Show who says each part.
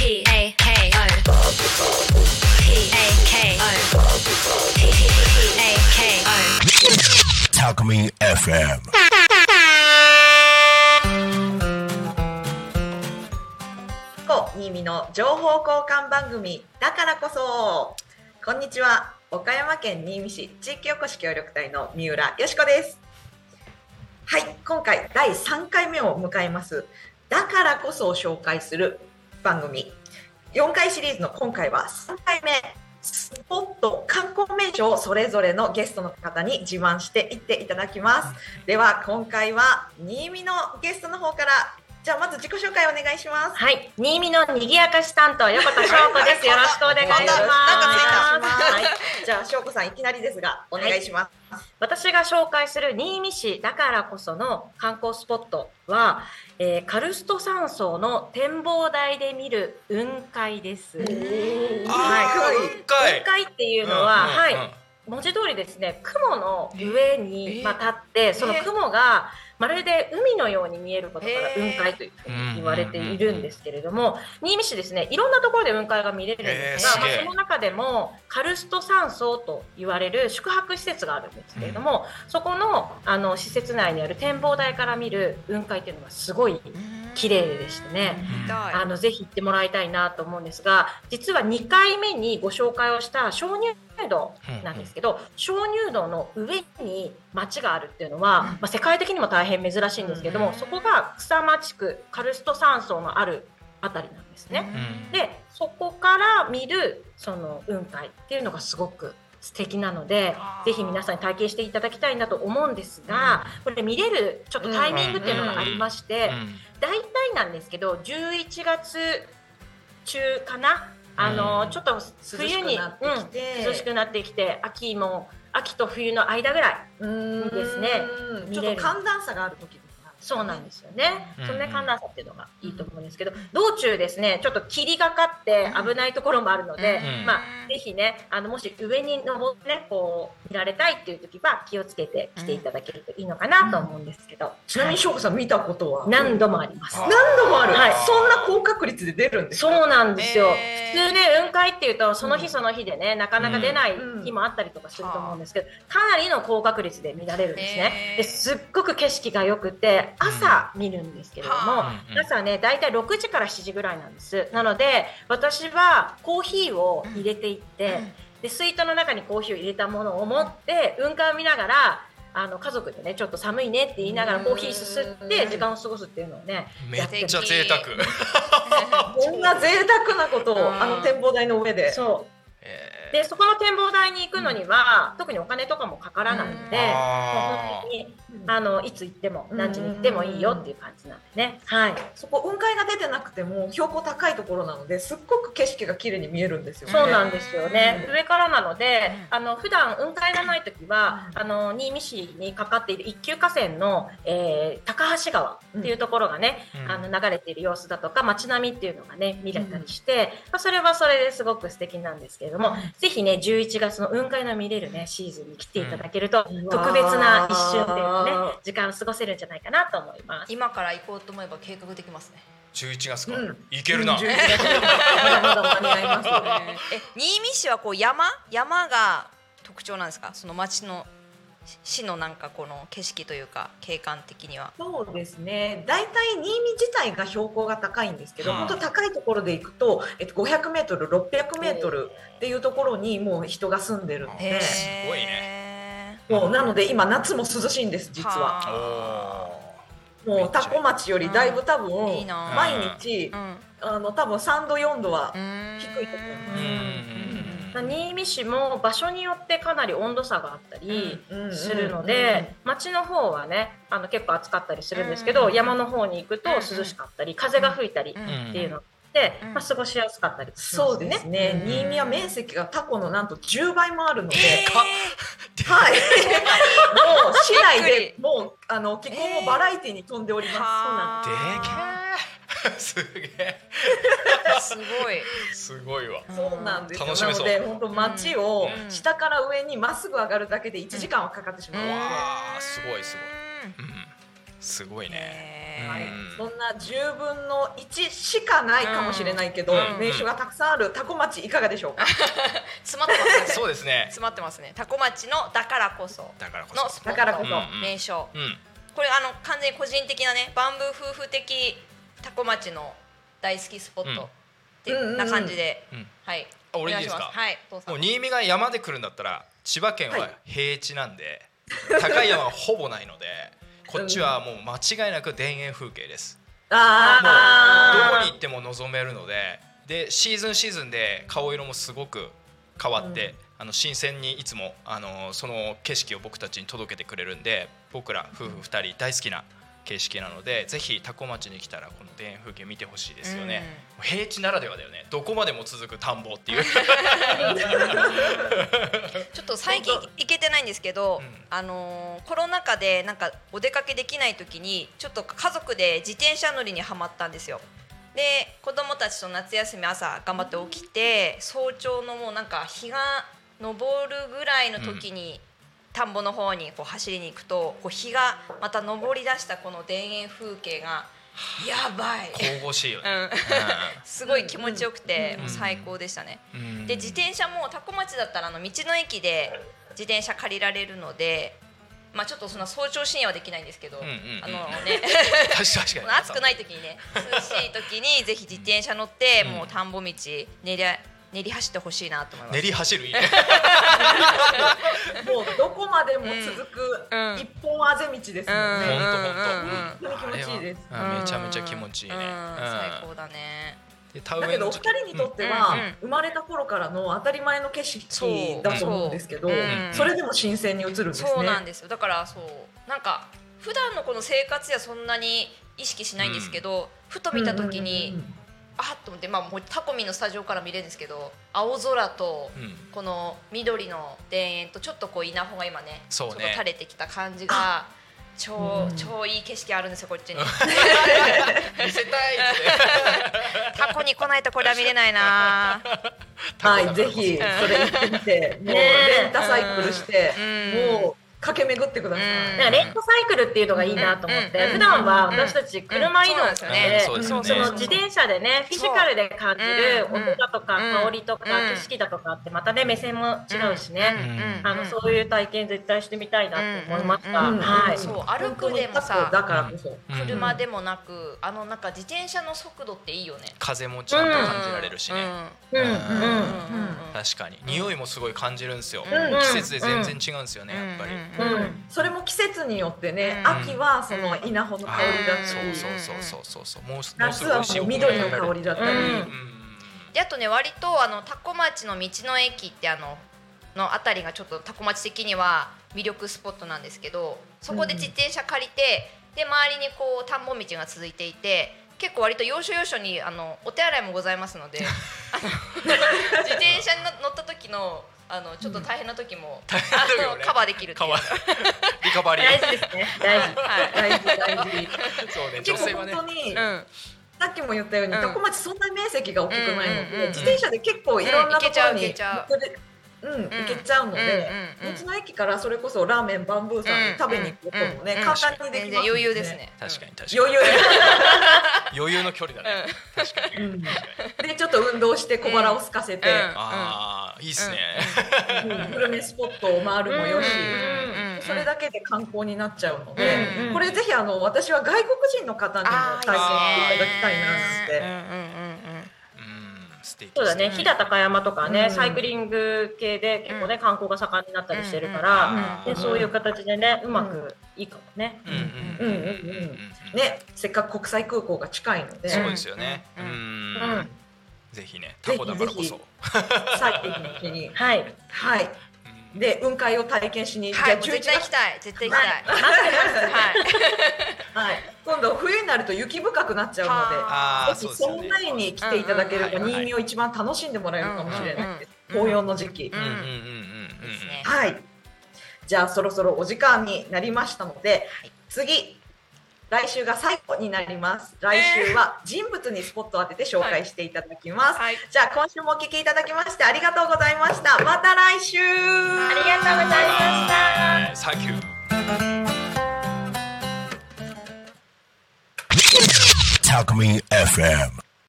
Speaker 1: タコミ FM。
Speaker 2: 新見の情報交換番組だからこそ。こんにちは、岡山県新見市地域おこし協力隊の三浦よしこです。はい、今回第3回目を迎えますだからこそを紹介する番組、4回シリーズの今回は3回目、スポット観光名所をそれぞれのゲストの方に自慢していっていただきます。では今回は新見のゲストの方から、じゃあまず自己紹介お願いします。
Speaker 3: はい、新見のにぎやかし担当横田翔子です。よろしくお願いします。
Speaker 2: はい、じゃあ翔子さんいきなりですがお願いします。
Speaker 3: 私が紹介する新見市だからこその観光スポットは、カルスト山荘の展望台で見る雲海です。雲海っていうのは、文字通りですね、雲の上に立って、その雲がまるで海のように見えることから雲海というふうに言われているんですけれども、新見市ですね、いろんなところで雲海が見れるんですが、その中でもカルスト山荘と言われる宿泊施設があるんですけれども、そこの施設内にある展望台から見る雲海というのがすごい綺麗でしてね、ぜひ行ってもらいたいなと思うんですが、実は2回目にご紹介をした鍾乳洞なんですけど、鍾乳洞の上に町があるっていうのは、世界的にも大変珍しいんですけども、そこが草間地区カルスト山荘のあるあたりなんですね。でそこから見るその雲海っていうのがすごく素敵なので、ぜひ皆さんに体験していただきたいなと思うんですが、これ見れるちょっとタイミングっていうのがありまして、大体なんですけど11月中かな、ちょっと冬に涼しくなってきて、秋と冬の間ぐらいですね、
Speaker 2: ちょっと寒暖差がある時。
Speaker 3: そうなんですよね。そのね、寒暖差っていうのがいいと思うんですけど、道中ですね、ちょっと霧がかって危ないところもあるので、ぜひね、もし上に登ってね、こう見られたいっていう時は気をつけて来ていただけるといいのかなと思うんですけど。
Speaker 2: ちなみに翔子さん見たことは？
Speaker 3: 何度もあります。
Speaker 2: 何度もある。そんな高確率で出るんですか？
Speaker 3: そうなんですよ。普通ね、雲海っていうとその日その日でね、なかなか出ない日もあったりとかすると思うんですけど、かなりの高確率で見られるんですね。ですっごく景色が良くて、朝見るんですけれども、朝ね、だいたい6時から7時ぐらいなんです。なので私はコーヒーを入れていって、で水筒の中にコーヒーを入れたものを持って雲海を見ながら、家族でね、ちょっと寒いねって言いながらコーヒーすすって時間を過ごすっていうのをね、
Speaker 4: めっちゃ贅沢。
Speaker 2: こんな贅沢なことを展望台の上で。
Speaker 3: でそこの展望台に行くのには、特にお金とかもかからないので、本当にいつ行っても何時に行ってもいいよっていう感じなんでね。
Speaker 2: そこ雲海が出てなくても標高高いところなので、すっごく景色が綺麗に見えるんですよね。
Speaker 3: そうなんですよね。上からなので、普段雲海がない時は新見市にかかっている一級河川の、高橋川っていうところがね、流れている様子だとか街並みっていうのがね見れたりして、それはそれですごく素敵なんですけれども、ぜひね11月の雲海の見れるねシーズンに来ていただけると、特別な一瞬っていうね時間を過ごせるんじゃないかなと思います。
Speaker 5: 今から行こうと思えば計画できますね。
Speaker 4: 11月か、行けるな。
Speaker 2: 11月まだ間に合います。
Speaker 5: 新見市はこう山が特徴なんですか？その町の市のなんかこの景色というか景観的には。
Speaker 2: そうですね、だいたい新見自体が標高が高いんですけど、本当高いところで行くと、500メートル600メートルっていうところにもう人が住んでるので、
Speaker 4: すごいね。
Speaker 2: もうなので今夏も涼しいんです。実はもう多古町よりだいぶ多分毎日多分3度4度は低いと思います。
Speaker 3: 新見市も場所によってかなり温度差があったりするので、町の方はね結構暑かったりするんですけど、山の方に行くと涼しかったり風が吹いたりっていうので、過ごしやすかったりしますね。
Speaker 2: そうですね、新見は面積がタコのなんと10倍もあるので、もう市内でもう気候もバラエティに富んでおります。そうなんです。
Speaker 4: すげえすごいわ。
Speaker 2: そうなんですよ。なので本当街を下から上にまっすぐ上がるだけで1時間はかかってしまう。
Speaker 4: すごいすごいね。
Speaker 2: はい、
Speaker 4: うん
Speaker 2: そんな10分の1しかないかもしれないけど、
Speaker 5: うん
Speaker 2: 名所がたくさんある多古町いかがでしょうか。
Speaker 5: 詰まってますね。
Speaker 4: そうですね。
Speaker 5: 詰まってますね。多古町のだからこそ
Speaker 4: だからこそ。
Speaker 5: のスポット、
Speaker 2: だからこそ
Speaker 5: 名所。
Speaker 4: うん。
Speaker 5: これ完全に個人的なね、バンブー夫婦的多古町の大好きスポットってな感じで、
Speaker 4: うん
Speaker 5: はい。
Speaker 4: あ、俺いいですか。
Speaker 5: お願しますはい、どうぞ
Speaker 4: もう新見が山で来るんだったら千葉県は平地なんで、高い山はほぼないので、こっちはもう間違いなく田園風景です。もうどこに行っても望めるので、シーズンで顔色もすごく変わって、新鮮にいつもその景色を僕たちに届けてくれるんで、僕ら夫婦2人大好きな景色なので、ぜひ多古町に来たらこの田園風景見てほしいですよね。平地ならではだよね。どこまでも続く田んぼっていう
Speaker 5: ちょっと最近行けてないんですけど、コロナ禍でなんかお出かけできない時にちょっと家族で自転車乗りにはまったんですよ。で子供たちと夏休み朝頑張って起きて、早朝のもうなんか日が昇るぐらいの時に田んぼの方にこう走りに行くと、こう日がまた昇り出したこの田園風景がやばい、
Speaker 4: 神々しいよね。
Speaker 5: すごい気持ちよくて、もう最高でしたね。で自転車も多古町だったら道の駅で自転車借りられるので、まあちょっとそんな早朝深夜はできないんですけど、ね
Speaker 4: 確かに
Speaker 5: 暑くない時にね、涼しい時にぜひ自転車乗って、もう田んぼ道練り走ってほしいなと思います。
Speaker 4: 練り走るいいね。
Speaker 2: もうどこまでも続く一本あぜ道ですもんね。
Speaker 4: 本当
Speaker 2: 本当に気持ちいいです。
Speaker 4: めちゃめちゃ気持ちいいね。
Speaker 5: 最高だね。
Speaker 2: だけどお二人にとっては生まれた頃からの当たり前の景色だと思うんですけど、それでも新鮮に映るんですね。
Speaker 5: そうなんですよ。だからなんか普段のこの生活やそんなに意識しないんですけど、ふと見た時にあっと思って、もうタコミのスタジオから見れるんですけど、青空とこの緑の田園とちょっとこう稲穂が今ねちょっと垂れてきた感じが超いい景色あるんですよ、こっちに。
Speaker 4: 見せたいって。
Speaker 5: タコに来ないとこれは見れないな。
Speaker 2: はい、ぜひそれ行ってみて、もうレンタサイクルしてもう駆け巡ってください。
Speaker 3: なんかレンタサイクルっていうのがいいなと思って、普段は私たち車移動なので、その自転車でね、フィジカルで感じる音だとか香りとか景色だとかってまたね目線も違うしね、そういう体験絶対してみたいなって思いました。はい。
Speaker 5: そう、歩くでもさ、
Speaker 2: だからこそ
Speaker 5: 車でもなくなんか自転車の速度っていいよね。
Speaker 4: 風もちゃんと感じられるしね。確かに匂いもすごい感じるんですよ。季節で全然違うんですよね、やっぱり。
Speaker 2: それも季節によってね、秋はその稲穂の香りだったり、夏はもう緑の香りだったり、
Speaker 5: であとね、割と多古町の道の駅ってのあたりがちょっと多古町的には魅力スポットなんですけど、そこで自転車借りて、で周りにこう田んぼ道が続いていて、結構割と要所要所にお手洗いもございますので自転車に乗った時のちょっと大変な時もカバーできるっていう。
Speaker 4: リカバリー
Speaker 3: 大事ですね。大事。
Speaker 2: 大事。
Speaker 4: そうね、女
Speaker 2: 結
Speaker 4: 性はね。
Speaker 2: 構本当にさっきも言ったように、多古町そんなに面積が大きくないので、自転車で結構いろんなところに行けちゃうので、道の駅からそれこそラーメンバンブーさんに食べに行くこともね、簡単にできます。
Speaker 5: 余裕ですね。
Speaker 4: 確かに
Speaker 2: 余裕
Speaker 4: の距離だね。確かに。
Speaker 2: でちょっと運動して小腹を空かせて、
Speaker 4: ああいいっすね。
Speaker 2: グルメスポットを回るもよし、それだけで観光になっちゃうので、これぜひ私は外国人の方にも体験していただきたいなって。
Speaker 3: そうだね、飛騨高山とかね、サイクリング系で結構ね観光が盛んになったりしてるから、でそういう形でねうまくいいかもね。ね、せっかく国際空港が近いので。
Speaker 4: そうですよね。ぜひね、タコだからこそ。
Speaker 2: サイクリングの日に。
Speaker 3: はい
Speaker 2: はい。で雲海を体験しに、
Speaker 5: じゃあ絶対行きたい、絶対行きたい。
Speaker 2: はい。今度冬になると雪深くなっちゃうので、その前に来ていただければ新見を一番楽しんでもらえるかもしれないです。紅葉の時期。はい。じゃあそろそろお時間になりましたので、次。来週が最後になります。来週は人物にスポットを当てて紹介していただきます。じゃあ今週もお聞きいただきましてありがとうございました。また来週。
Speaker 3: ありがとうございました。
Speaker 4: Thank you.
Speaker 1: Talk Me FM